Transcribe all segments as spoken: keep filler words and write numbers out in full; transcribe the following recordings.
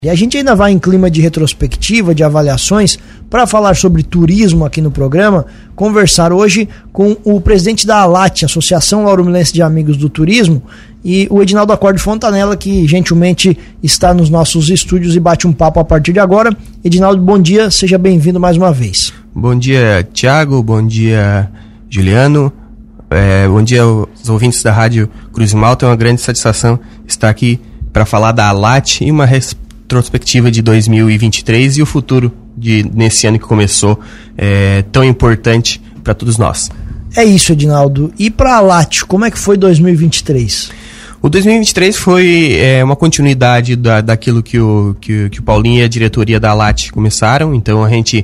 E a gente ainda vai em clima de retrospectiva, de avaliações, para falar sobre turismo aqui no programa, conversar hoje com o presidente da ALAT, Associação Lauromilense de Amigos do Turismo, e o Edinaldo Acorde Fontanella, que gentilmente está nos nossos estúdios e bate um papo a partir de agora. Edinaldo, bom dia, seja bem-vindo mais uma vez. Bom dia, Thiago, bom dia, Juliano, é, bom dia aos ouvintes da Rádio Cruz e Malta. É uma grande satisfação estar aqui para falar da ALAT e uma resposta retrospectiva de dois mil e vinte e três e o futuro de, nesse ano que começou, é, tão importante para todos nós. É isso, Edinaldo. E para a ALAT, como é que foi dois mil e vinte e três? O dois mil e vinte e três foi é, uma continuidade da, daquilo que o, que, que o Paulinho e a diretoria da ALAT começaram. Então a gente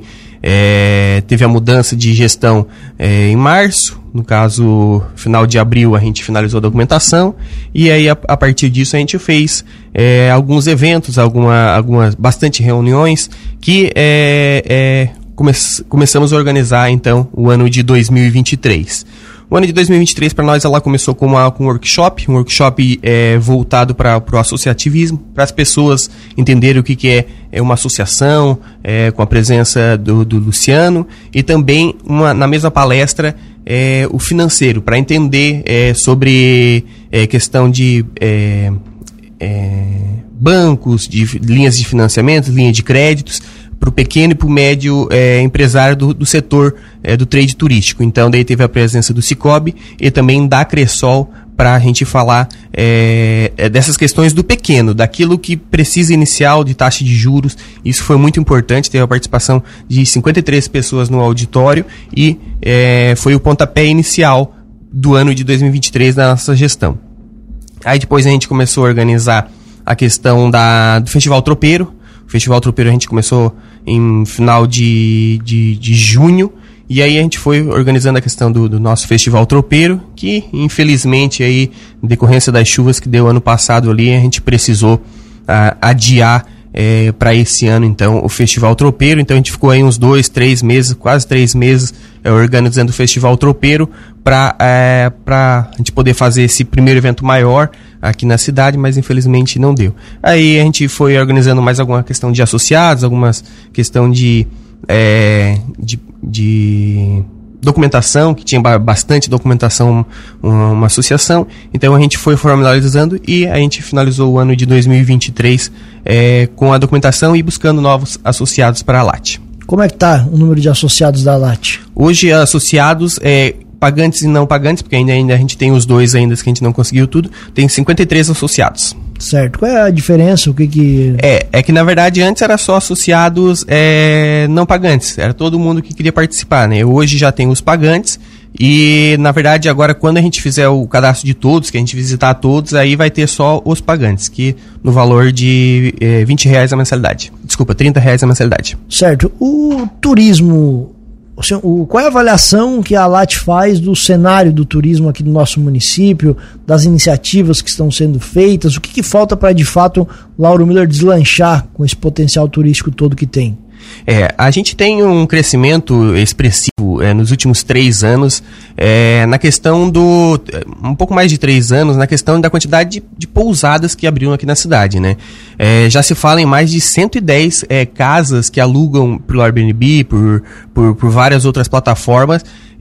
é, teve a mudança de gestão é, em março. No caso, final de abril, a gente finalizou a documentação e aí a, a partir disso a gente fez é, alguns eventos, alguma, algumas, bastante reuniões que é, é, come, começamos a organizar então o ano de dois mil e vinte e três. O ano de dois mil e vinte e três para nós ela começou com, uma, com um workshop, um workshop é, voltado para o associativismo, para as pessoas entenderem o que, que é, é uma associação, é, com a presença do, do Luciano, e também uma, na mesma palestra é, o financeiro, para entender é, sobre é, questão de é, é, bancos, de linhas de financiamento, linhas de créditos, para o pequeno e para o médio é, empresário do, do setor é, do trade turístico. Então, daí teve a presença do Cicobi e também da Cressol para a gente falar é, é, dessas questões do pequeno, daquilo que precisa inicial de taxa de juros. Isso foi muito importante, teve a participação de cinquenta e três pessoas no auditório e é, foi o pontapé inicial do ano de dois mil e vinte e três da nossa gestão. Aí depois a gente começou a organizar a questão da, do Festival Tropeiro. O Festival Tropeiro a gente começou em final de, de, de junho, e aí a gente foi organizando a questão do, do nosso Festival Tropeiro, que infelizmente aí, em decorrência das chuvas que deu ano passado ali, a gente precisou uh, adiar é, para esse ano então o Festival Tropeiro. Então a gente ficou aí uns dois, três meses, quase três meses é, organizando o Festival Tropeiro para é, para a gente poder fazer esse primeiro evento maior aqui na cidade, mas infelizmente não deu. Aí a gente foi organizando mais alguma questão de associados, algumas questão de, é, de, de documentação, que tinha bastante documentação, uma, uma associação. Então a gente foi formalizando e a gente finalizou o ano de dois mil e vinte e três é, com a documentação e buscando novos associados para a ALAT. Como é que está o número de associados da ALAT? Hoje, associados, é, pagantes e não pagantes, porque ainda, ainda a gente tem os dois ainda que a gente não conseguiu tudo, tem cinquenta e três associados. Certo. Qual é a diferença? O que que... É, é que na verdade antes era só associados é, não pagantes, era todo mundo que queria participar, né? Hoje já tem os pagantes e na verdade agora quando a gente fizer o cadastro de todos, que a gente visitar todos, aí vai ter só os pagantes, que no valor de é, vinte reais a mensalidade. Desculpa, trinta reais a mensalidade. Certo. O turismo... O, qual é a avaliação que a ALAT faz do cenário do turismo aqui no nosso município, das iniciativas que estão sendo feitas? O que, que falta para, de fato, Lauro Miller deslanchar com esse potencial turístico todo que tem? É, a gente tem um crescimento expressivo é, nos últimos três anos, é, na questão do, um pouco mais de três anos, na questão da quantidade de, de pousadas que abriram aqui na cidade, né? É, já se fala em mais de cento e dez é, casas que alugam pelo Airbnb, por, por, por várias outras plataformas,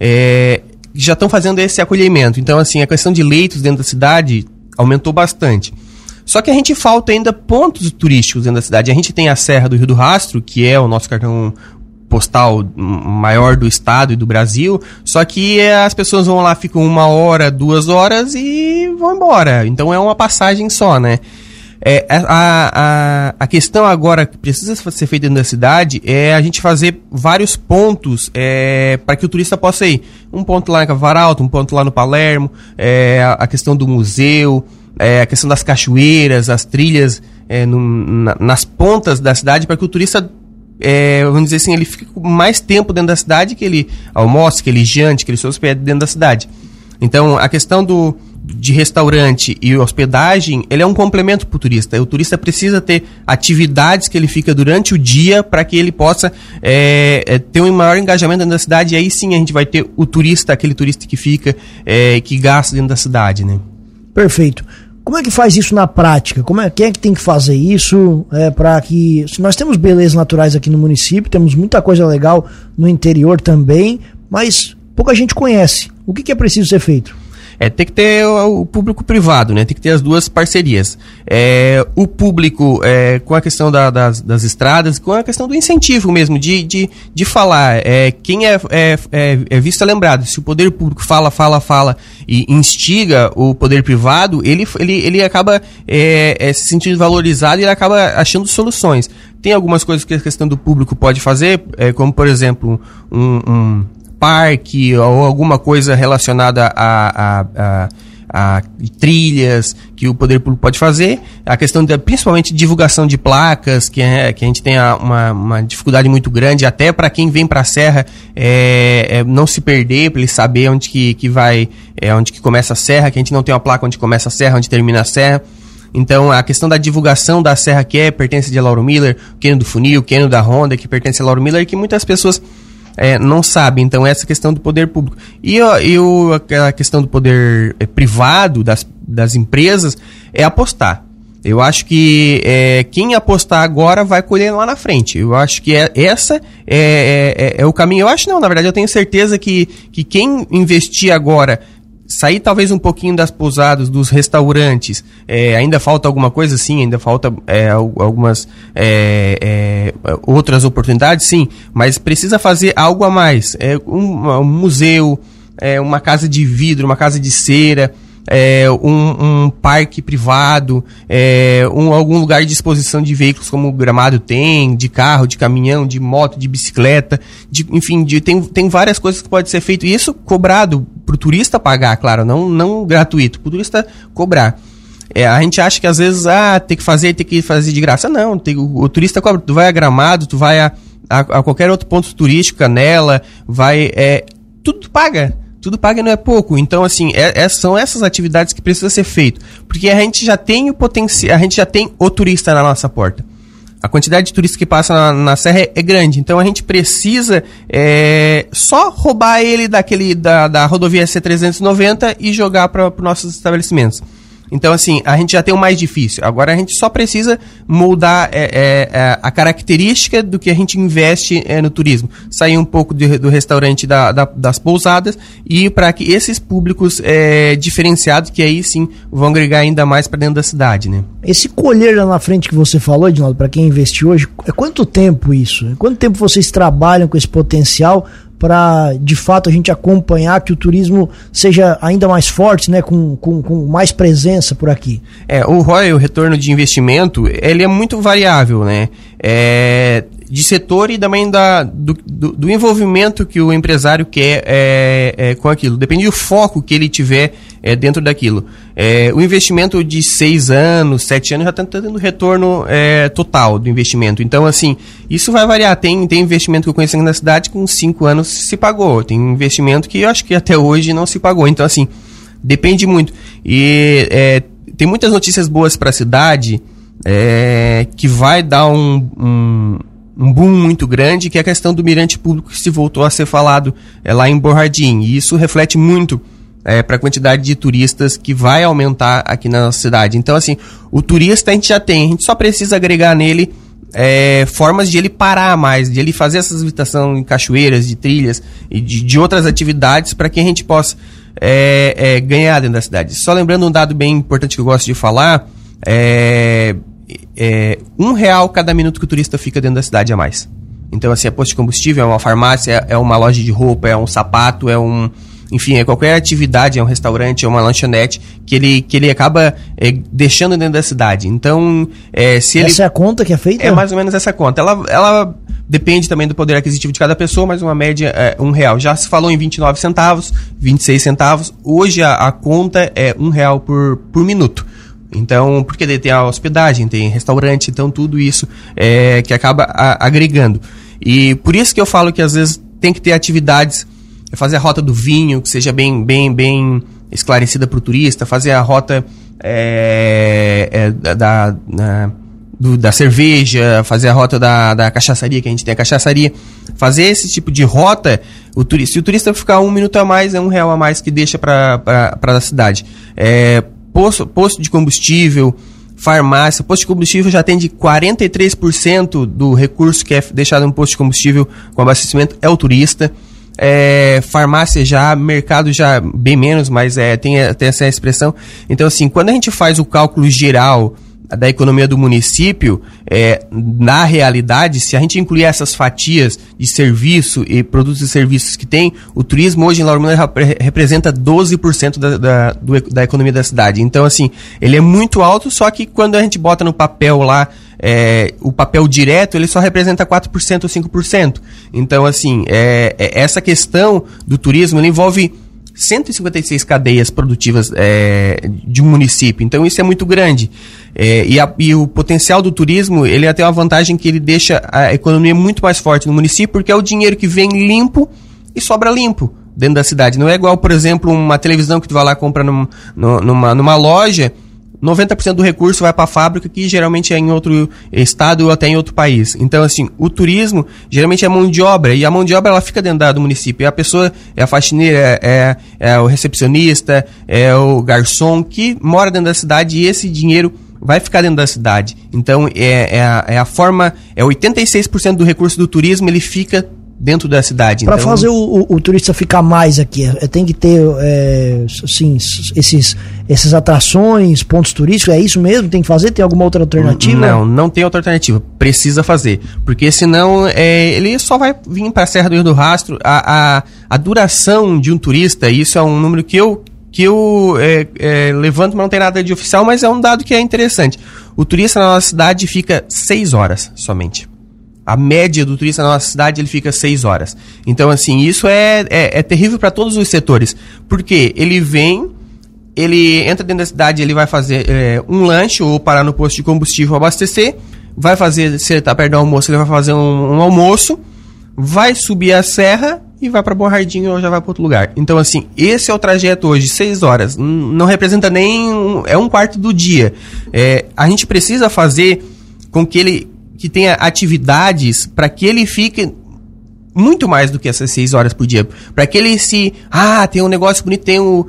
é, que já estão fazendo esse acolhimento. Então, assim, a questão de leitos dentro da cidade aumentou bastante. Só que a gente falta ainda pontos turísticos dentro da cidade. A gente tem a Serra do Rio do Rastro, que é o nosso cartão postal maior do estado e do Brasil, só que as pessoas vão lá, ficam uma hora, duas horas e vão embora. Então é uma passagem só, né? É, a, a, a questão agora que precisa ser feita dentro da cidade é a gente fazer vários pontos é, para que o turista possa ir. Um ponto lá na Cavaralto, um ponto lá no Palermo, é, a, a questão do museu, É, a questão das cachoeiras, as trilhas é, no, na, nas pontas da cidade, para que o turista, é, vamos dizer assim, ele fique mais tempo dentro da cidade, que ele almoce, que ele jante, que ele se hospede dentro da cidade. Então, a questão do, de restaurante e hospedagem, ele é um complemento para o turista. O turista precisa ter atividades que ele fica durante o dia para que ele possa é, é, ter um maior engajamento dentro da cidade, e aí sim a gente vai ter o turista, aquele turista que fica, é, que gasta dentro da cidade, né? Perfeito. Como é que faz isso na prática? Como é, quem é que tem que fazer isso é, para que... Nós temos belezas naturais aqui no município, temos muita coisa legal no interior também, mas pouca gente conhece. O que, que é preciso ser feito? É, tem que ter o, o público privado, né? Tem que ter as duas parcerias. É, o público, é, com a questão da, das, das estradas, com a questão do incentivo mesmo, de, de, de falar. É, quem é, é, é, é visto é lembrado. Se o poder público fala, fala, fala e instiga o poder privado, ele, ele, ele acaba é, é, se sentindo valorizado e ele acaba achando soluções. Tem algumas coisas que a questão do público pode fazer, é, como, por exemplo, um... um parque ou alguma coisa relacionada a, a, a, a trilhas que o poder público pode fazer, a questão de, principalmente divulgação de placas, que, é, que a gente tem a, uma, uma dificuldade muito grande, até para quem vem para a serra é, é, não se perder, para ele saber onde que, que vai, é, onde que começa a serra, que a gente não tem uma placa onde começa a serra, onde termina a serra. Então, a questão da divulgação da serra que é, pertence de Lauro Miller, o Cânion do Funil, o Cânion da Honda, que pertence a Lauro Miller, que muitas pessoas É, não sabe. Então essa questão do poder público e, e o, a questão do poder é, privado das, das empresas é apostar. Eu acho que é, quem apostar agora vai colher lá na frente. Eu acho que é, essa é, é, é o caminho. Eu acho não, na verdade eu tenho certeza que, que quem investir agora, sair talvez um pouquinho das pousadas, dos restaurantes, é, ainda falta alguma coisa, sim, ainda falta é, algumas é, é, outras oportunidades, sim, mas precisa fazer algo a mais, é, um, um museu, é, uma casa de vidro, uma casa de cera, é, um, um parque privado, é, um, algum lugar de exposição de veículos como o Gramado tem, de carro, de caminhão, de moto, de bicicleta, de, enfim, de, tem, tem várias coisas que pode ser feito, e isso cobrado para o turista pagar, claro, não, não gratuito, para o turista cobrar. É, a gente acha que às vezes, ah, tem que fazer, tem que fazer de graça. Não, tem, o, o turista cobra, tu vai a Gramado, tu vai a, a, a qualquer outro ponto turístico, Canela, vai, é, tudo paga. Tudo paga e não é pouco. Então, assim, é, é, são essas atividades que precisam ser feitas. Porque a gente já tem o potencial, a gente já tem o turista na nossa porta. A quantidade de turistas que passa na, na serra é, é grande. Então, a gente precisa é, só roubar ele daquele, da, da rodovia C trezentos e noventa e jogar para os nossos estabelecimentos. Então, assim, a gente já tem o mais difícil. Agora a gente só precisa moldar é, é, a característica do que a gente investe é, no turismo. Sair um pouco de, do restaurante da, da, das pousadas e ir para que esses públicos é, diferenciados, que aí sim vão agregar ainda mais para dentro da cidade, né? Esse colher lá na frente que você falou, Edinaldo, para quem investe hoje, é quanto tempo isso? Quanto tempo vocês trabalham com esse potencial para, de fato, a gente acompanhar que o turismo seja ainda mais forte, né, com, com, com mais presença por aqui? É, o R O I, o retorno de investimento, ele é muito variável, né? É, de setor e também da, do, do, do envolvimento que o empresário quer é, é, com aquilo. Depende do foco que ele tiver é, dentro daquilo. É, o investimento de seis anos, sete anos já está tendo retorno é, total do investimento. Então, assim, isso vai variar. Tem, tem investimento que eu conheço na cidade que com cinco anos se pagou. Tem investimento que eu acho que até hoje não se pagou. Então, assim, depende muito. E é, tem muitas notícias boas para a cidade é, que vai dar um... um um boom muito grande, que é a questão do mirante público que se voltou a ser falado é, lá em Borradim. E isso reflete muito é, para a quantidade de turistas que vai aumentar aqui na nossa cidade. Então, assim, o turista a gente já tem, a gente só precisa agregar nele é, formas de ele parar mais, de ele fazer essa visitação em cachoeiras, de trilhas e de, de outras atividades para que a gente possa é, é, ganhar dentro da cidade. Só lembrando um dado bem importante que eu gosto de falar, é... É, um real cada minuto que o turista fica dentro da cidade a mais. Então, assim, é posto de combustível, é uma farmácia, é uma loja de roupa, é um sapato, é um... Enfim, é qualquer atividade, é um restaurante, é uma lanchonete que ele, que ele acaba é, deixando dentro da cidade. Então, é, se ele... Essa é a conta que é feita? É mais ou menos essa conta. Ela, ela depende também do poder aquisitivo de cada pessoa, mas uma média é um real. Já se falou em vinte e nove centavos, vinte e seis centavos. Hoje a, a conta é um real por, por minuto. Então, porque daí tem a hospedagem, tem restaurante, então tudo isso é que acaba a, agregando. E por isso que eu falo que às vezes tem que ter atividades, fazer a rota do vinho, que seja bem, bem, bem esclarecida para o turista, fazer a rota é, é, da, da, do, da cerveja, fazer a rota da, da cachaçaria, que a gente tem a cachaçaria. Fazer esse tipo de rota, o turista, se o turista ficar um minuto a mais, é um real a mais que deixa para a cidade. É, posto, posto de combustível, farmácia. Posto de combustível já tem de quarenta e três por cento do recurso que é deixado no posto de combustível com abastecimento é o turista. É, farmácia já, mercado já bem menos, mas é, tem, tem essa expressão. Então, assim, quando a gente faz o cálculo geral da economia do município, é, na realidade, se a gente incluir essas fatias de serviço e produtos e serviços que tem, o turismo hoje em Lauro Miller representa doze por cento da, da, do, da economia da cidade. Então, assim, ele é muito alto, só que quando a gente bota no papel lá, é, o papel direto, ele só representa quatro por cento ou cinco por cento. Então, assim, é, é, essa questão do turismo, ele envolve cento e cinquenta e seis cadeias produtivas é, de um município. Então, isso é muito grande. É, e, a, e o potencial do turismo, ele tem uma vantagem que ele deixa a economia muito mais forte no município, porque é o dinheiro que vem limpo e sobra limpo dentro da cidade. Não é igual, por exemplo, uma televisão que tu vai lá comprar num, numa, numa loja, noventa por cento do recurso vai para a fábrica, que geralmente é em outro estado ou até em outro país. Então, assim, o turismo geralmente é mão de obra, e a mão de obra ela fica dentro da, do município. E a pessoa é a faxineira, é, é o recepcionista, é o garçom que mora dentro da cidade, e esse dinheiro vai ficar dentro da cidade. Então, é, é, a, é a forma, é oitenta e seis por cento do recurso do turismo, ele fica dentro da cidade. Para então, fazer o, o, o turista ficar mais aqui, é, tem que ter é, assim, esses, essas atrações, pontos turísticos, é isso mesmo? Tem que fazer? Tem alguma outra alternativa? Não, não tem outra alternativa. Precisa fazer. Porque senão é, ele só vai vir para a Serra do Rio do Rastro. A, a, a duração de um turista, isso é um número que eu, que eu é, é, levanto, mas não tem nada de oficial, mas é um dado que é interessante. O turista na nossa cidade fica seis horas somente. A média do turista na nossa cidade, ele fica seis horas. Então, assim, isso é, é, é terrível para todos os setores. Porque ele vem, ele entra dentro da cidade, ele vai fazer é, um lanche ou parar no posto de combustível abastecer, vai fazer, se ele está perto do almoço, ele vai fazer um, um almoço, vai subir a serra e vai para Borrardinho ou já vai para outro lugar. Então, assim, esse é o trajeto hoje, seis horas. Não representa nem... Um, é um quarto do dia. É, a gente precisa fazer com que ele... que tenha atividades para que ele fique muito mais do que essas seis horas por dia. Para que ele se... Ah, tem um negócio bonito, tem o,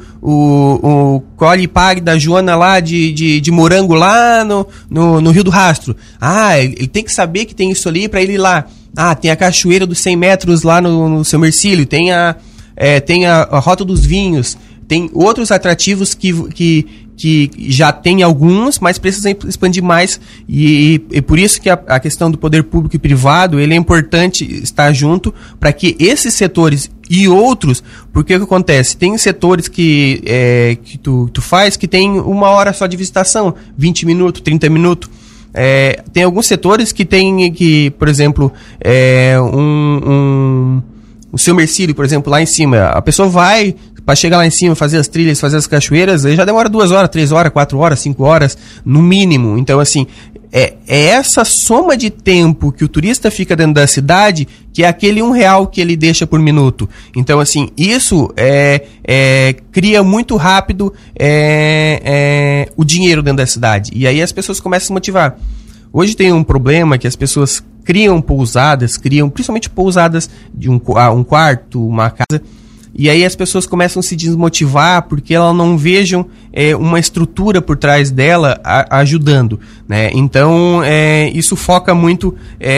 o, o Colhe e Pague da Joana lá de, de, de morango lá no, no, no Rio do Rastro. Ah, ele, ele tem que saber que tem isso ali para ele ir lá. Ah, tem a cachoeira dos cem metros lá no, no Seu Mercílio, tem a, é, tem a, a Rota dos Vinhos, tem outros atrativos que... que que já tem alguns, mas precisa expandir mais, e, e, e por isso que a, a questão do poder público e privado, ele é importante estar junto para que esses setores e outros, porque o que acontece? Tem setores que, é, que tu, tu faz que tem uma hora só de visitação, vinte minutos, trinta minutos. É, tem alguns setores que tem, que, por exemplo, é, um, um, o Seu Mercílio, por exemplo, lá em cima, a pessoa vai... para chegar lá em cima, fazer as trilhas, fazer as cachoeiras, aí já demora duas horas, três horas, quatro horas, cinco horas, no mínimo. Então, assim, é, é essa soma de tempo que o turista fica dentro da cidade que é aquele um real que ele deixa por minuto. Então, assim, isso é, é, cria muito rápido é, é, o dinheiro dentro da cidade. E aí as pessoas começam a se motivar. Hoje tem um problema que as pessoas criam pousadas, criam principalmente pousadas de um, um quarto, uma casa... E aí as pessoas começam a se desmotivar porque elas não vejam é, uma estrutura por trás dela a, ajudando, né? Então, é, isso foca muito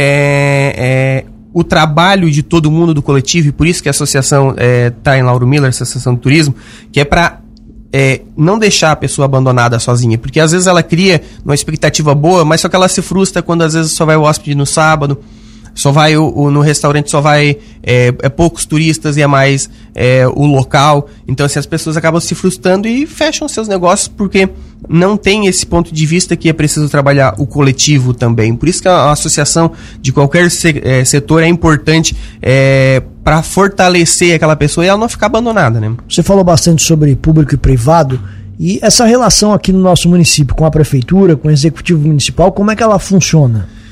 é, é, o trabalho de todo mundo do coletivo, e por isso que a associação está é, em Lauro Miller, a Associação de Turismo, que é para é, não deixar a pessoa abandonada sozinha, porque às vezes ela cria uma expectativa boa, mas só que ela se frustra quando às vezes só vai o hóspede no sábado, só vai o, o, no restaurante só vai é, é poucos turistas e é mais é, o local. Então, assim, as pessoas acabam se frustrando e fecham seus negócios porque não tem esse ponto de vista que é preciso trabalhar o coletivo também. Por isso que a, a associação de qualquer se, é, setor é importante é, para fortalecer aquela pessoa e ela não ficar abandonada, né? Você falou bastante sobre público e privado, e essa relação aqui no nosso município com a prefeitura, com o executivo municipal, como é que ela funciona?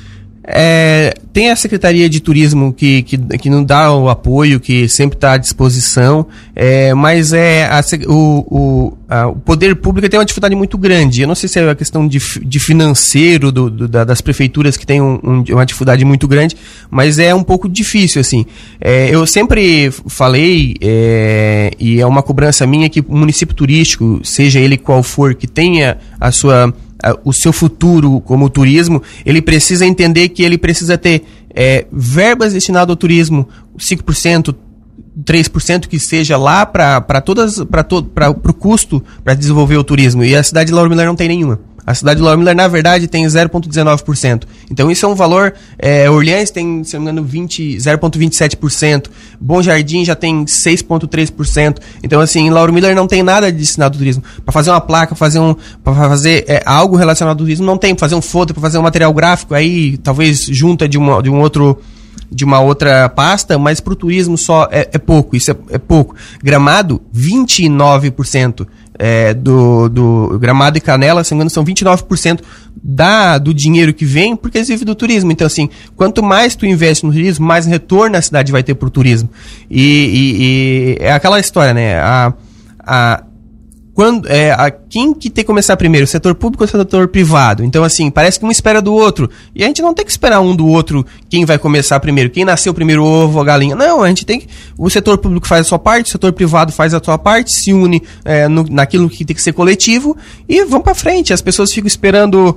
É, tem a Secretaria de Turismo que, que, que não dá o apoio, que sempre está à disposição, é, mas é a, o, o, a, o poder público tem uma dificuldade muito grande. Eu não sei se é a questão de, de financeiro do, do, da, das prefeituras que tem um, um, uma dificuldade muito grande, mas é um pouco difícil, assim. É, eu sempre falei, é, e é uma cobrança minha, que o município turístico, seja ele qual for, que tenha a sua... o seu futuro como turismo, ele precisa entender que ele precisa ter é, verbas destinadas ao turismo, cinco por cento, três por cento que seja lá para todas, para todo, para o custo para desenvolver o turismo. E a cidade de Lauro Miller não tem nenhuma. A cidade de Lauro Miller, na verdade, tem zero vírgula dezenove por cento. Então, isso é um valor... É, Orleans tem, se não me engano, zero vírgula vinte e sete por cento. Bom Jardim já tem seis vírgula três por cento. Então, assim, Lauro Miller não tem nada destinado ao turismo. Para fazer uma placa, fazer, um, pra fazer é, algo relacionado ao turismo, não tem. Para fazer um foto, para fazer um material gráfico, aí talvez junta de, uma, de um outro... de uma outra pasta, mas para o turismo só é, é pouco, isso é, é pouco. Gramado, vinte e nove por cento é, do, do Gramado e Canela, se não me engano, são vinte e nove por cento da, do dinheiro que vem, porque eles vivem do turismo. Então, assim, quanto mais tu investe no turismo, mais retorno a cidade vai ter para o turismo. E, e, e é aquela história, né? A, a, Quando, é, a, quem que tem que começar primeiro, o setor público ou o setor privado? Então, assim, parece que um espera do outro. E a gente não tem que esperar um do outro quem vai começar primeiro. Quem nasceu primeiro, o ovo ou a galinha. Não, a gente tem que... O setor público faz a sua parte, o setor privado faz a sua parte, se une é, no, naquilo que tem que ser coletivo e vamos pra frente. As pessoas ficam esperando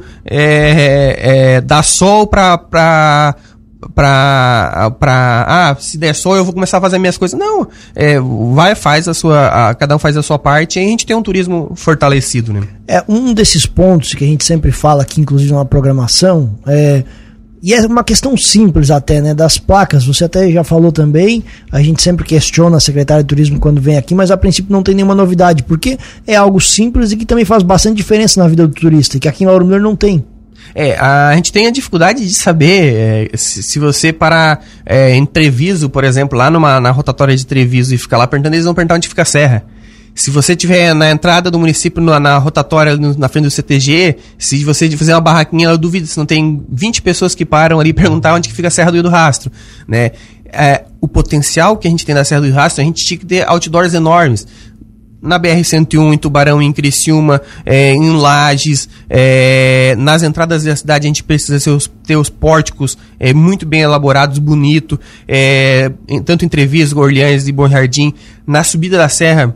é, é, dar sol pra... pra Pra, pra, ah, se der sol eu vou começar a fazer minhas coisas. Não, é, vai, faz a sua, a, cada um faz a sua parte e a gente tem um turismo fortalecido, né? É, um desses pontos que a gente sempre fala aqui, inclusive na programação, é, e é uma questão simples até, né, das placas, você até já falou também, a gente sempre questiona a secretária de turismo quando vem aqui, mas a princípio não tem nenhuma novidade, porque é algo simples e que também faz bastante diferença na vida do turista, e que aqui em Lauro Miller não tem. É, a gente tem a dificuldade de saber é, se, se você parar é, em Treviso, por exemplo, lá numa, na rotatória de Treviso e ficar lá perguntando, eles vão perguntar onde fica a serra. Se você estiver na entrada do município, na, na rotatória, no, na frente do C T G, se você fazer uma barraquinha, eu duvido se não tem vinte pessoas que param ali perguntar onde que fica a Serra do Rio do Rastro, né? É, o potencial que a gente tem na Serra do Rio do Rastro, a gente tinha que ter outdoors enormes. Na B R cento e um, em Tubarão, em Criciúma, é, em Lages, é, nas entradas da cidade a gente precisa ter os, ter os pórticos é, muito bem elaborados, bonito, é, em, tanto em Treviso, Orleans e Bom Jardim. Na subida da serra,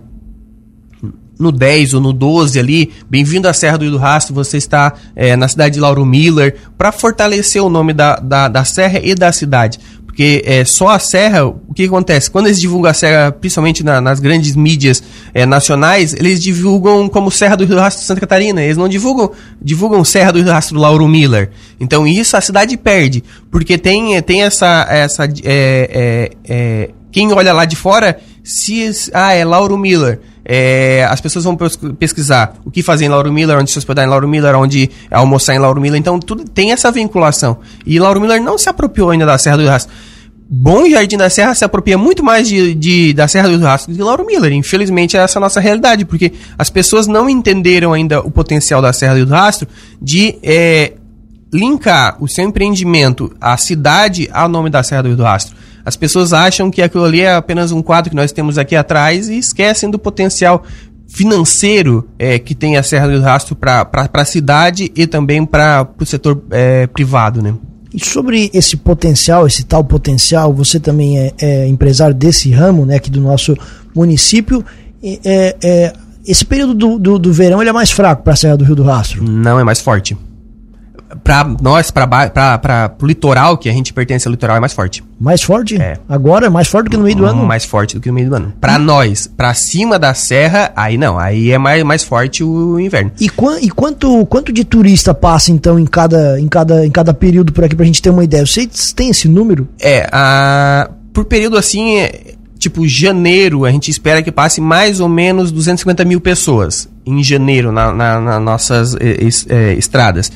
no dez ou no doze ali, bem-vindo à Serra do Rio do Rastro, você está é, na cidade de Lauro Miller, para fortalecer o nome da, da, da serra e da cidade. Porque é, só a serra, o que acontece? Quando eles divulgam a serra, principalmente na, nas grandes mídias é, nacionais, eles divulgam como Serra do Rio do Rastro de Santa Catarina. Eles não divulgam, divulgam Serra do Rio do Rastro Lauro Miller. Então isso a cidade perde. Porque tem, tem essa... essa é, é, é, quem olha lá de fora, se ah, é Lauro Miller. É, as pessoas vão pesquisar o que fazer em Lauro Miller, onde se hospedar em Lauro Miller, onde almoçar em Lauro Miller. Então tudo tem essa vinculação. E Lauro Miller não se apropriou ainda da Serra do Rio do Rastro. Bom Jardim da Serra se apropria muito mais de, de, da Serra do Rio do Rastro do que de Lauro Miller. Infelizmente essa é a nossa realidade, porque as pessoas não entenderam ainda o potencial da Serra do Rio do Rastro de é, linkar o seu empreendimento, a cidade, ao nome da Serra do Rio do Rastro. As pessoas acham que aquilo ali é apenas um quadro que nós temos aqui atrás e esquecem do potencial financeiro é, que tem a Serra do Rio do Rastro para a cidade e também para o setor é, privado, né? E sobre esse potencial, esse tal potencial, você também é, é empresário desse ramo, né, aqui do nosso município. É, é, esse período do, do, do verão ele é mais fraco para a Serra do Rio do Rastro? Não, é mais forte. Para nós, para o litoral, que a gente pertence ao litoral, é mais forte. Mais forte? É. Agora é mais forte do que no meio do ano? Mais forte do que no meio do ano. Para hum. nós, para cima da serra, aí não. Aí é mais, mais forte o inverno. E, qu- e quanto, quanto de turista passa, então, em cada, em, cada, em cada período por aqui, pra gente ter uma ideia? Vocês têm esse número? É, a, por período assim, é, tipo janeiro, a gente espera que passe mais ou menos duzentas e cinquenta mil pessoas em janeiro nas na, na nossas é, é, estradas.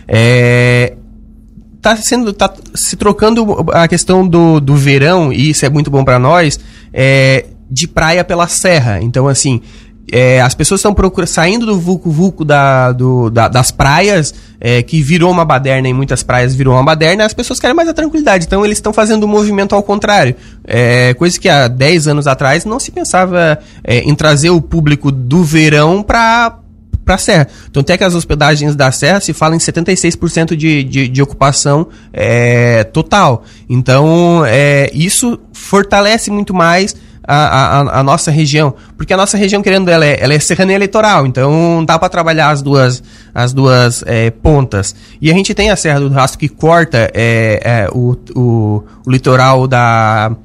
É, tá sendo, tá se trocando a questão do, do verão, e isso é muito bom para nós, é, de praia pela serra. Então, assim, É, as pessoas estão saindo do vulco-vulco da, do, da, das praias, é, que virou uma baderna, em muitas praias virou uma baderna, as pessoas querem mais a tranquilidade, então eles estão fazendo o um movimento ao contrário, é, coisa que há dez anos atrás não se pensava é, em trazer o público do verão para para a Serra. Então, até que as hospedagens da Serra se fala em setenta e seis por cento de, de, de ocupação é, total. Então, é, isso fortalece muito mais A, a, a nossa região, porque a nossa região, querendo, ela é, ela é serrana eleitoral, então dá para trabalhar as duas, as duas é, pontas. E a gente tem a Serra do Rastro que corta é, é, o, o, o litoral da,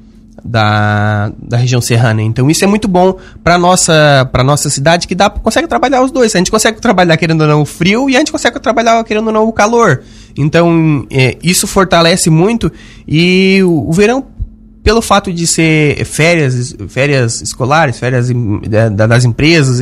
da, da região serrana. Então isso é muito bom para nossa, para nossa cidade, que dá, consegue trabalhar os dois. A gente consegue trabalhar, querendo ou não, o frio, e a gente consegue trabalhar, querendo ou não, o calor. Então é, isso fortalece muito, e o, o verão, pelo fato de ser férias, férias escolares, férias das empresas,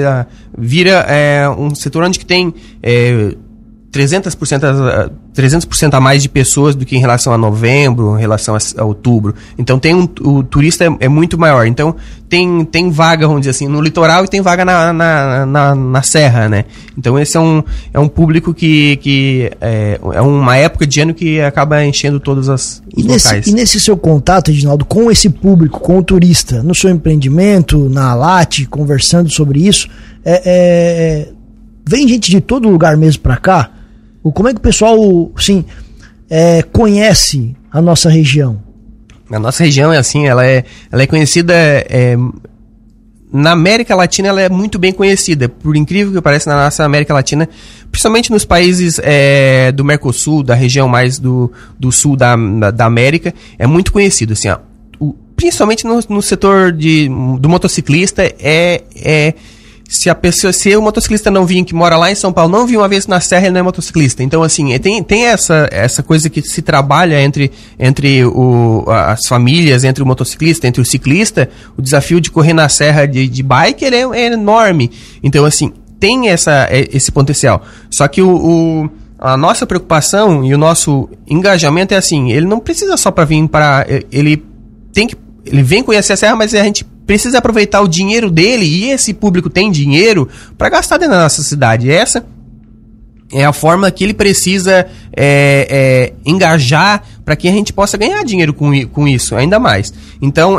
vira é, um setor onde que tem é, trezentos por cento, trezentos por cento a mais de pessoas do que em relação a novembro, em relação a, a outubro. Então tem um, o turista é, é muito maior. Então tem, tem vaga, vamos dizer assim, no litoral, e tem vaga na, na, na, na serra, né? Então esse é um, é um público que, que é, é uma época de ano que acaba enchendo todos as, os e nesse, locais. E nesse seu contato, Edinaldo, com esse público, com o turista, no seu empreendimento, na Alate, conversando sobre isso, é, é, vem gente de todo lugar mesmo pra cá? Como é que o pessoal, assim, é, conhece a nossa região? A nossa região é assim, ela é, ela é conhecida, é, na América Latina ela é muito bem conhecida, por incrível que pareça, na nossa América Latina, principalmente nos países é, do Mercosul, da região mais do, do sul da, da América, é muito conhecido, assim, ó, o, principalmente no, no setor de, do motociclista, é... é Se a pessoa, se o motociclista não vir, que mora lá em São Paulo, não viu uma vez na Serra, ele não é motociclista. Então, assim, tem, tem essa, essa coisa que se trabalha entre, entre o, as famílias, entre o motociclista, entre o ciclista. O desafio de correr na Serra de, de bike, ele é, é enorme. Então, assim, tem essa, esse potencial. Só que o, o, a nossa preocupação e o nosso engajamento é assim, ele não precisa só para vir para... Ele tem que... Ele vem conhecer a Serra, mas a gente precisa aproveitar o dinheiro dele, e esse público tem dinheiro para gastar dentro da nossa cidade. Essa é a forma que ele precisa é, é, engajar para que a gente possa ganhar dinheiro com, com isso, ainda mais. Então,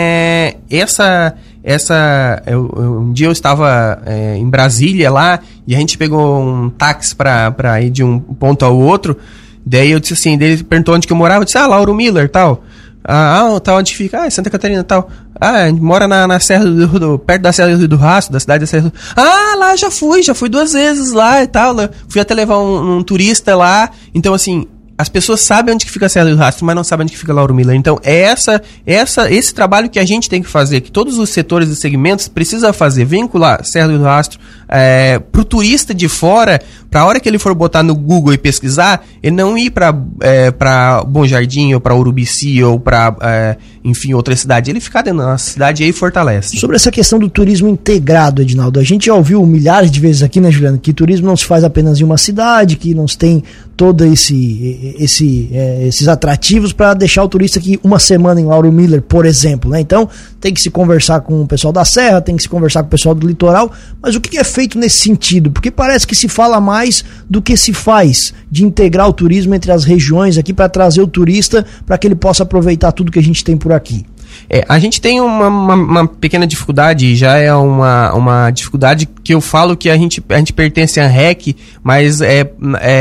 é, essa... essa eu, eu, um dia eu estava é, em Brasília lá, e a gente pegou um táxi para ir de um ponto ao outro. Daí eu disse assim, ele perguntou onde que eu morava, eu disse, ah, Lauro Miller, tal. Ah, tá onde fica? Ah, Santa Catarina, tal. Ah, a gente mora na, na Serra do, do, perto da Serra do, do Rastro, da cidade da Serra do... Ah, lá já fui, já fui duas vezes lá e tal. Fui até levar um, um turista lá. Então, assim, as pessoas sabem onde que fica a Serra do Rastro, mas não sabem onde que fica Lauro Miller. Então, é essa, essa, esse trabalho que a gente tem que fazer, que todos os setores e segmentos precisam fazer, vincular Serra do Rastro é, pro turista de fora, pra hora que ele for botar no Google e pesquisar, ele não ir pra, é, pra Bom Jardim, ou pra Urubici, ou pra, é, enfim, outra cidade. Ele ficar dentro da nossa cidade e aí fortalece. Sobre essa questão do turismo integrado, Edinaldo, a gente já ouviu milhares de vezes aqui, né, Juliano, que turismo não se faz apenas em uma cidade, que não se tem todo esse, esse, é, esses atrativos para deixar o turista aqui uma semana em Lauro Miller, por exemplo, né? Então tem que se conversar com o pessoal da Serra, tem que se conversar com o pessoal do litoral, mas o que é feito nesse sentido? Porque parece que se fala mais do que se faz de integrar o turismo entre as regiões aqui para trazer o turista para que ele possa aproveitar tudo que a gente tem por aqui. É, a gente tem uma, uma, uma pequena dificuldade, já é uma, uma dificuldade que eu falo que a gente, a gente pertence à R E C, mas é,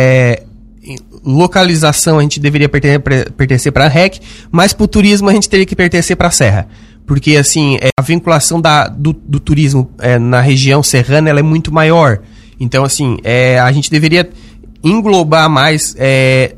é localização a gente deveria pertencer para a R E C, mas para o turismo a gente teria que pertencer para a Serra. Porque, assim, é, a vinculação da, do, do turismo é, na região serrana ela é muito maior. Então, assim, é, a gente deveria englobar mais... É,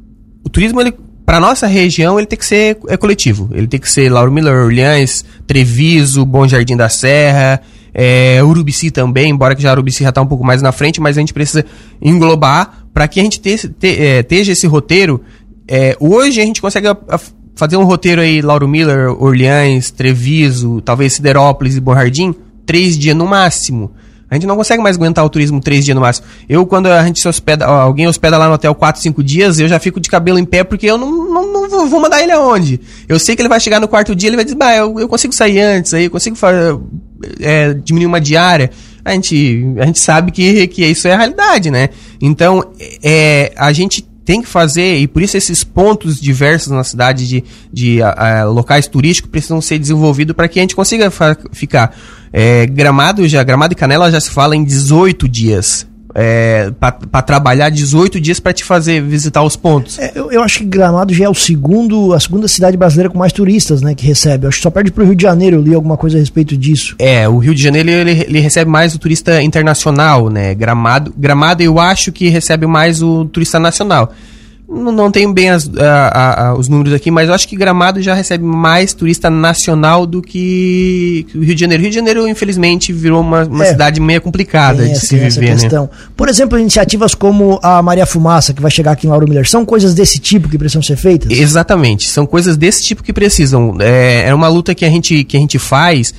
o turismo, ele, para nossa região, ele tem que ser é, coletivo. Ele tem que ser Lauro Miller, Orleans, Treviso, Bom Jardim da Serra, é, Urubici também, embora que já Urubici já está um pouco mais na frente, mas a gente precisa englobar para que a gente te, te, é, esteja esse roteiro. É, hoje a gente consegue... A, a, fazer um roteiro aí, Lauro Miller, Orleans, Treviso, talvez Siderópolis e Bom Jardim, três dias no máximo. A gente não consegue mais aguentar o turismo três dias no máximo. Eu, quando a gente se hospeda, alguém hospeda lá no hotel quatro, cinco dias, eu já fico de cabelo em pé, porque eu não, não, não vou, vou mandar ele aonde. Eu sei que ele vai chegar no quarto dia, ele vai dizer, bah, eu, eu consigo sair antes, aí eu consigo fazer, é, diminuir uma diária, a gente, a gente sabe que, que isso é a realidade, né? Então, é, a gente tem que fazer, e por isso esses pontos diversos na cidade de, de a, a, locais turísticos precisam ser desenvolvidos para que a gente consiga fa- ficar. É, Gramado, já, Gramado e Canela já se fala em dezoito dias. É, para trabalhar dezoito dias para te fazer visitar os pontos. É, eu, eu acho que Gramado já é o segundo, a segunda cidade brasileira com mais turistas, né, que recebe. Eu acho que só perde pro Rio de Janeiro, eu li alguma coisa a respeito disso. É, o Rio de Janeiro ele, ele recebe mais o turista internacional, né? Gramado, Gramado eu acho que recebe mais o turista nacional. Não, não tenho bem as, a, a, os números aqui, mas eu acho que Gramado já recebe mais turista nacional do que, que o Rio de Janeiro. O Rio de Janeiro, infelizmente, virou uma, uma é, cidade meio complicada de se viver, questão. Né? Por exemplo, iniciativas como a Maria Fumaça, que vai chegar aqui em Lauro Miller, são coisas desse tipo que precisam ser feitas? Exatamente, são coisas desse tipo que precisam. É, é uma luta que a gente, que a gente faz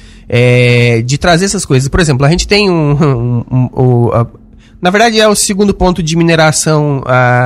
é, de trazer essas coisas. Por exemplo, a gente tem um... um, um, um a, na verdade, é o segundo ponto de mineração...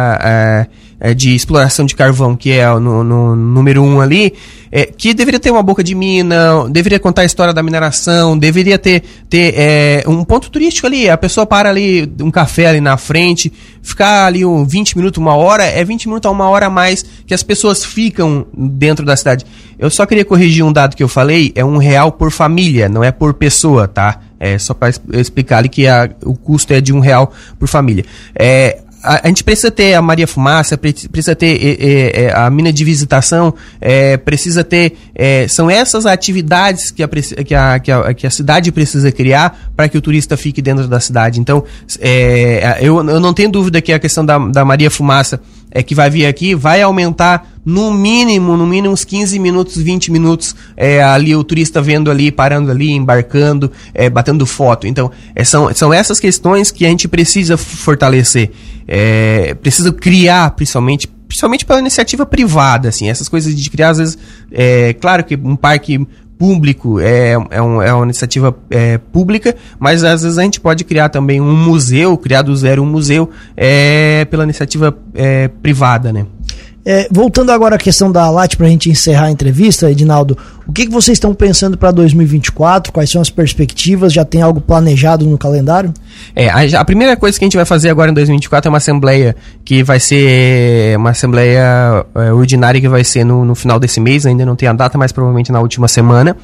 A, a, de exploração de carvão, que é no, no número um ali, é, que deveria ter uma boca de mina, deveria contar a história da mineração, deveria ter, ter é, um ponto turístico ali, a pessoa para ali, um café ali na frente, ficar ali um vinte minutos, uma hora, é vinte minutos a uma hora a mais que as pessoas ficam dentro da cidade. Eu só queria corrigir um dado que eu falei, é um real por família, não é por pessoa, tá? É só para explicar ali que a, o custo é de um real por família. É... A, a gente precisa ter a Maria Fumaça, precisa ter é, é, a mina de visitação, é, precisa ter... É, são essas atividades que a, que, a, que, a, que a cidade precisa criar para que o turista fique dentro da cidade. Então, é, eu, eu não tenho dúvida que a questão da, da Maria Fumaça é, que vai vir aqui vai aumentar no mínimo, no mínimo uns quinze minutos, vinte minutos, é, ali o turista vendo ali, parando ali, embarcando, é, batendo foto. Então, é, são, são essas questões que a gente precisa fortalecer. É, precisa criar, principalmente, principalmente pela iniciativa privada, assim, essas coisas de criar, às vezes, é claro que um parque público é, é, um, é uma iniciativa é, pública, mas às vezes a gente pode criar também um museu, criar do zero um museu é, pela iniciativa é, privada, né? É, voltando agora à questão da ALAT para a gente encerrar a entrevista, Edinaldo, o que, que vocês estão pensando para dois mil e vinte e quatro? Quais são as perspectivas? Já tem algo planejado no calendário? É, a, a primeira coisa que a gente vai fazer agora em dois mil e vinte e quatro é uma assembleia que vai ser uma assembleia é, ordinária que vai ser no, no final desse mês, ainda não tem a data, mas provavelmente na última semana.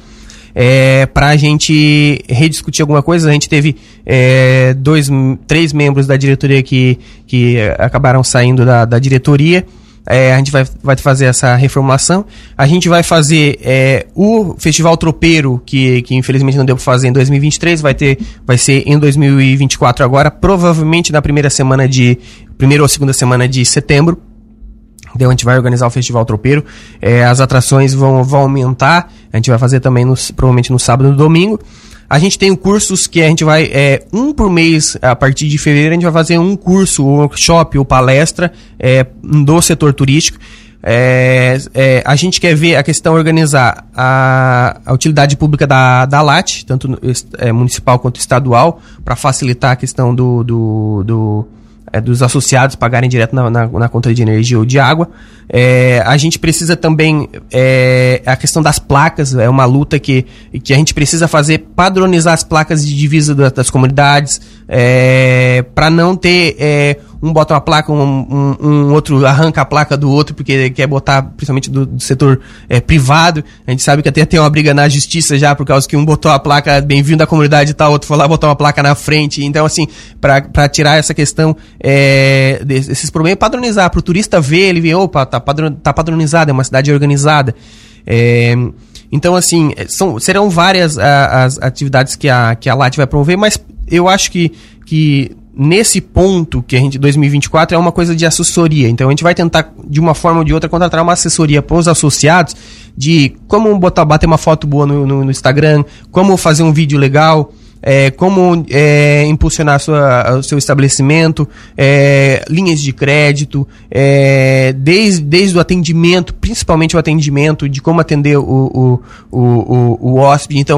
É, para a gente rediscutir alguma coisa. A gente teve é, dois, três membros da diretoria que, que acabaram saindo da, da diretoria. É, a gente vai, vai fazer essa reformulação. A gente vai fazer é, o Festival Tropeiro, que, que infelizmente não deu para fazer em dois mil e vinte e três, vai, ter, vai ser em dois mil e vinte e quatro agora, provavelmente na primeira semana de... primeira ou segunda semana de setembro. Então a gente vai organizar o Festival Tropeiro. É, as atrações vão, vão aumentar. A gente vai fazer também no, provavelmente no sábado e no domingo. A gente tem cursos que a gente vai, é, um por mês, a partir de fevereiro, a gente vai fazer um curso, ou workshop, ou palestra é, do setor turístico. É, é, a gente quer ver a questão organizar a, a utilidade pública da, da ALAT, tanto é, municipal quanto estadual, para facilitar a questão do... do, do É, dos associados pagarem direto na, na, na conta de energia ou de água. É, a gente precisa também, é, a questão das placas, é uma luta que, que a gente precisa fazer, padronizar as placas de divisa das, das comunidades, é, para não ter é, um bota uma placa, um, um, um outro arranca a placa do outro, porque quer botar, principalmente do, do setor é, privado. A gente sabe que até tem uma briga na justiça já, por causa que um botou a placa bem-vindo da comunidade e tal, outro foi lá botar uma placa na frente. Então, assim, para tirar essa questão é, desses problemas, padronizar, para o turista ver, ele ver, opa, tá, padron, tá padronizado, é uma cidade organizada. É, então, assim, são, serão várias a, as atividades que a, que a LAT vai promover, mas eu acho que, que nesse ponto que a gente, dois mil e vinte e quatro, é uma coisa de assessoria. Então a gente vai tentar, de uma forma ou de outra, contratar uma assessoria para os associados de como botar, bater uma foto boa no, no, no Instagram, como fazer um vídeo legal, é, como é, impulsionar a sua, o seu estabelecimento, é, linhas de crédito, é, desde, desde o atendimento, principalmente o atendimento, de como atender o, o, o, o, o hóspede. Então,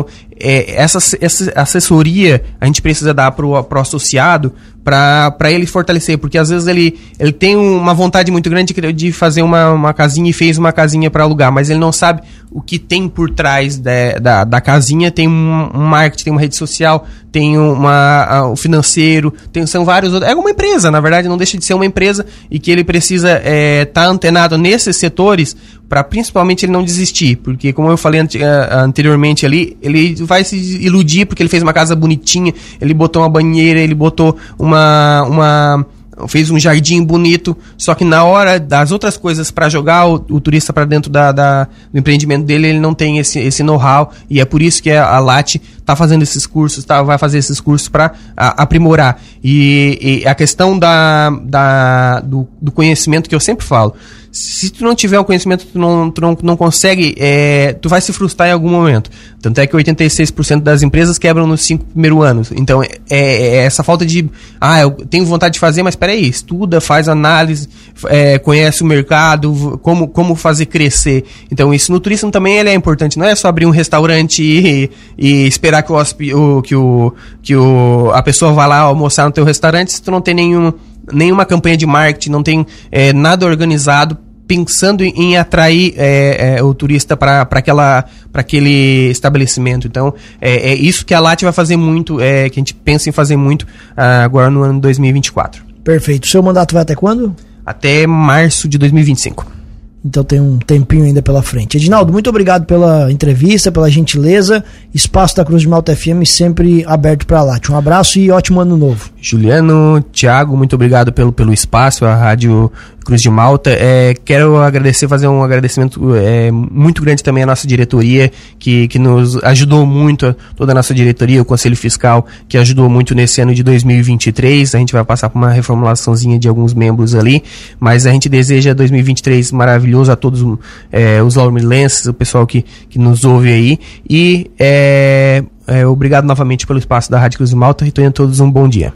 é, essa, essa assessoria a gente precisa dar para o associado para ele fortalecer, porque às vezes ele, ele tem uma vontade muito grande de, de fazer uma, uma casinha e fez uma casinha para alugar, mas ele não sabe o que tem por trás de, da, da casinha. Tem um, um marketing, tem uma rede social, tem uma, o um financeiro, tem, são vários outros. É uma empresa, na verdade, não deixa de ser uma empresa, e que ele precisa estar é, tá antenado nesses setores para principalmente ele não desistir, porque como eu falei ante, anteriormente ali, ele vai se iludir porque ele fez uma casa bonitinha, ele botou uma banheira, ele botou uma, uma fez um jardim bonito, só que na hora das outras coisas para jogar o, o turista para dentro da, da, do empreendimento dele, ele não tem esse, esse know-how, e é por isso que a, a Lati está fazendo esses cursos, tá, vai fazer esses cursos para aprimorar. E, e a questão da, da, do, do conhecimento, que eu sempre falo, se tu não tiver o conhecimento, tu não, tu não, não consegue, é, tu vai se frustrar em algum momento. Tanto é que oitenta e seis por cento das empresas quebram nos cinco primeiros anos. Então, é, é essa falta de, ah, eu tenho vontade de fazer, mas peraí, estuda, faz análise, é, conhece o mercado, como, como fazer crescer. Então, isso no turismo também ele é importante. Não é só abrir um restaurante e, e esperar que, o, o, que, o, que o, a pessoa vá lá almoçar no teu restaurante, se tu não tem nenhum... nenhuma campanha de marketing, não tem é, nada organizado pensando em, em atrair é, é, o turista para aquele estabelecimento. Então, é, é isso que a Lati vai fazer muito, é, que a gente pensa em fazer muito uh, agora no ano dois mil e vinte e quatro. Perfeito. O seu mandato vai até quando? Até março de dois mil e vinte e cinco. Então tem um tempinho ainda pela frente. Edinaldo, muito obrigado pela entrevista, pela gentileza. Espaço da Cruz de Malta F M sempre aberto para lá. Um abraço e ótimo ano novo. Juliano, Thiago, muito obrigado pelo, pelo espaço, a Rádio Cruz de Malta. É, quero agradecer, fazer um agradecimento é, muito grande também à nossa diretoria, que, que nos ajudou muito, toda a nossa diretoria, o Conselho Fiscal, que ajudou muito nesse ano de dois mil e vinte e três. A gente vai passar por uma reformulaçãozinha de alguns membros ali, mas a gente deseja dois mil e vinte e três maravilhoso a todos é, os almilenses, o pessoal que, que nos ouve aí. E é, é, obrigado novamente pelo espaço da Rádio Cruz de Malta e tenham todos um bom dia.